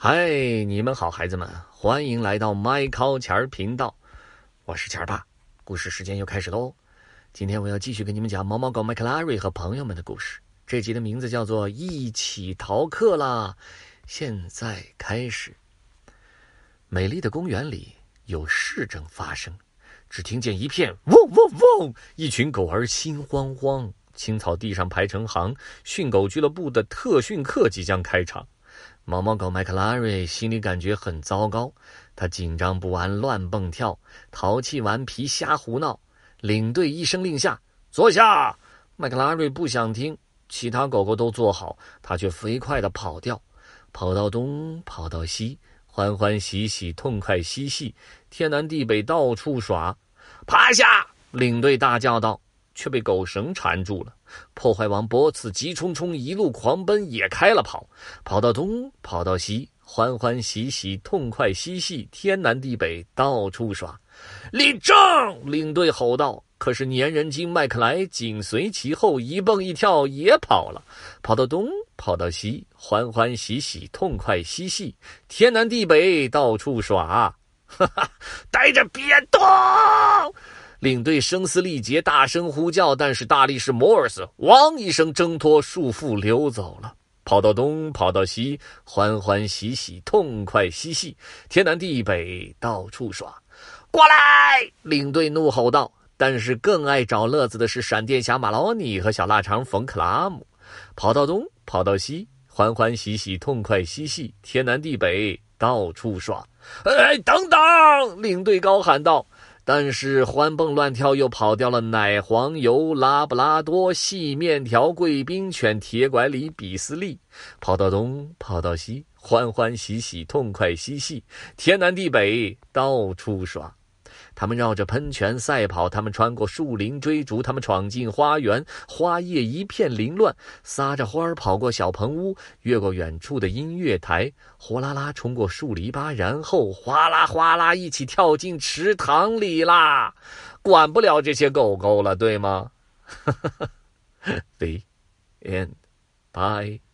嗨，你们好，孩子们，欢迎来到麦考钱儿频道，我是钱儿爸。故事时间又开始喽。今天我要继续给你们讲毛毛狗麦克拉瑞和朋友们的故事。这集的名字叫做《一起逃课啦》。现在开始。美丽的公园里有事正发生，只听见一片嗡嗡嗡，一群狗儿心慌慌，青草地上排成行，训狗俱乐部的特训课即将开场。毛毛狗麦克拉瑞心里感觉很糟糕，他紧张不安，乱蹦跳，淘气顽皮，瞎胡闹。领队一声令下，坐下。麦克拉瑞不想听，其他狗狗都坐好，他却飞快地跑掉，跑到东，跑到西，欢欢喜喜，痛快嬉戏，天南地北到处耍。趴下！领队大叫道，却被狗绳缠住了。破坏王波茨急冲冲一路狂奔，也开了跑，跑到东，跑到西，欢欢喜喜，痛快嬉戏，天南地北到处耍。立正！领队吼道。可是粘人精麦克莱紧随其后，一蹦一跳也跑了，跑到东，跑到西，欢欢喜喜，痛快嬉戏，天南地北到处耍。哈哈，待着别动！领队声嘶力竭，大声呼叫，但是大力士摩尔斯汪一声挣脱束缚溜走了，跑到东，跑到西，欢欢喜喜，痛快嬉戏，天南地北到处耍。过来！领队怒吼道。但是更爱找乐子的是闪电侠马劳尼和小腊肠冯克拉姆，跑到东，跑到西，欢欢喜喜，痛快嬉戏，天南地北到处耍。等等！领队高喊道。但是欢蹦乱跳又跑掉了奶黄油、拉布拉多、细面条、贵宾犬、铁拐李、比斯利，跑到东，跑到西，欢欢喜喜，痛快嬉戏，天南地北到处耍。他们绕着喷泉赛跑，他们穿过树林追逐，他们闯进花园，花叶一片凌乱，撒着花跑过小棚屋，越过远处的音乐台，呼啦啦冲过树篱笆，然后哗啦哗啦一起跳进池塘里啦！管不了这些狗狗了，对吗？The end. Bye.